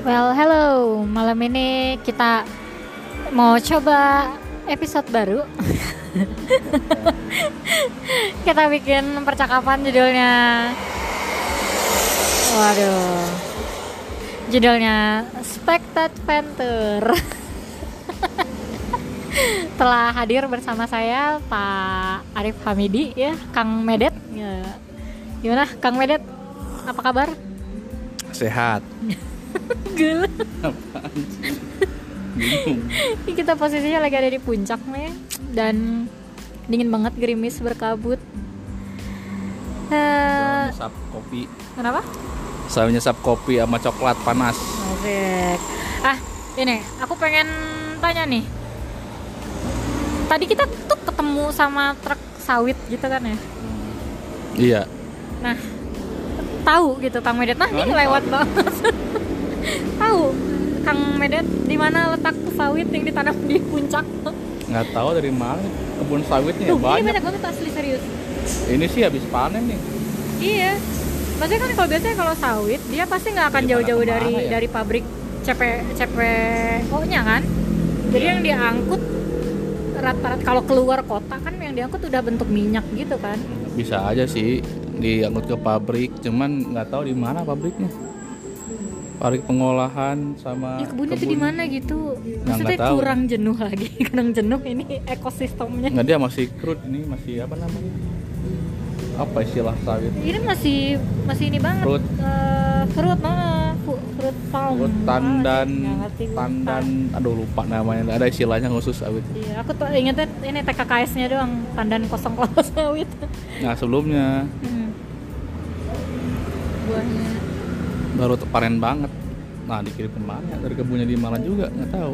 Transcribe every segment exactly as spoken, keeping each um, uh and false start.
Well, hello. Malam ini kita mau coba episode baru. Kita bikin percakapan judulnya. Waduh. Judulnya Spectate Venture. Telah hadir bersama saya Pak Arif Hamidi ya, Kang Medet. Ya. Gimana Kang Medet? Apa kabar? Sehat. Gila. Apaan sih? Bingung. Ini kita posisinya lagi ada di puncak nih dan dingin banget, gerimis berkabut. Uh, Nyesap kopi. kenapa? Saya nyesap kopi sama coklat panas. Asik. Ah, ini aku pengen tanya nih. Tadi kita tuh ketemu sama truk sawit gitu kan ya? Iya. Nah, tahu gitu Kang Medet. Nah, Nah, ini ini lewat tahu. banget. Tahu Kang Medet di mana letak sawit yang ditanam di puncak? Nggak tahu dari mana kebun sawitnya Tuh, ini banyak. banyak banget asli, serius. Ini sih habis panen nih. Iya. Maksudnya kan kalau biasanya kalau sawit dia pasti nggak akan Dari mana jauh-jauh ke mana dari ya? dari pabrik C P C P O-nya kan. Jadi Iya. yang diangkut rata-rata kalau keluar kota kan yang diangkut udah bentuk minyak gitu kan. Bisa aja sih diangkut ke pabrik, cuman nggak tahu di mana pabriknya. Pabrik pengolahan sama Ya kebunnya tuh di mana gitu. Maksudnya nggak tahu. kurang jenuh lagi, kurang jenuh ini ekosistemnya. Nggak, dia masih crude ini, masih apa namanya? Apa istilah sawit? Ini masih masih ini banget. Fruit. Eh, fruit mana? Fu- Fruit palm. Fruit tandan, Ah, nggak ngerti gua. tandan, aduh lupa namanya. Ada istilahnya khusus sawit. Iya, aku tuh ingetnya ini T K K S-nya doang, tandan kosong kelapa sawit. Nah sebelumnya Hmm. Buahnya. baru panen banget. Nah dikirim kemana ya? Dari kebunnya di mana juga nggak tahu.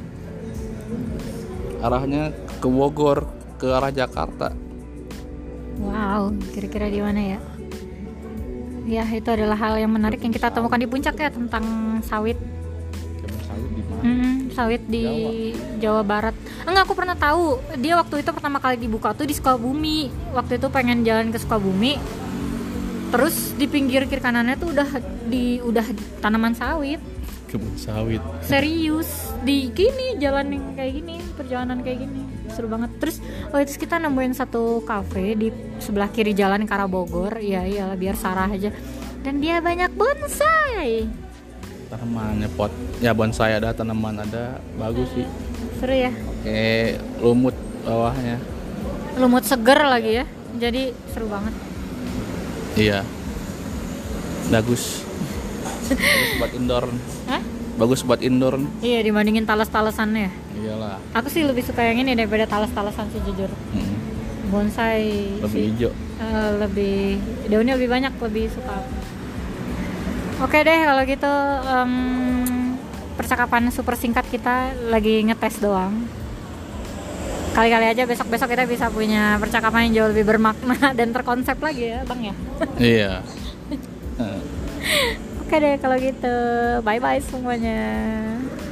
Arahnya ke Bogor, ke arah Jakarta. Wow, kira-kira di mana ya? Ya, itu adalah hal yang menarik yang kita temukan di puncak ya, tentang sawit. Kebun sawit di mana? Hmm, sawit di Jawa Barat. Enggak, aku pernah tahu. Dia waktu itu pertama kali dibuka tuh di Sukabumi. Waktu itu pengen jalan ke Sukabumi. Terus di pinggir kiri kanannya tuh udah di udah tanaman sawit. Kebun sawit. Serius, di gini jalan yang kayak gini, perjalanan kayak gini. Seru banget. Terus oh itu kita nemuin satu kafe di sebelah kiri jalan ke arah Bogor. Iya iyalah biar Sarah aja. Dan dia banyak bonsai. Tanamannya pot. Ya bonsai ada, tanaman ada, bagus sih. Seru ya. Oke, lumut bawahnya. Lumut seger lagi ya. Jadi seru banget. Iya. Bagus. Bagus buat indoor. Hah? Bagus buat indoor. Iya, dibandingin talas-talasannya. Iyalah. Aku sih lebih suka yang ini daripada talas-talasan sejujur. Mm. Bonsai Lebih sih, hijau. eh, lebih daunnya lebih banyak, lebih suka. Oke deh kalau gitu, em, percakapan super singkat kita lagi ngetes doang. Kali-kali aja besok-besok kita bisa punya percakapan yang jauh lebih bermakna dan terkonsep lagi ya, Bang ya. Iya. Eh. Oke deh kalau gitu, bye bye semuanya.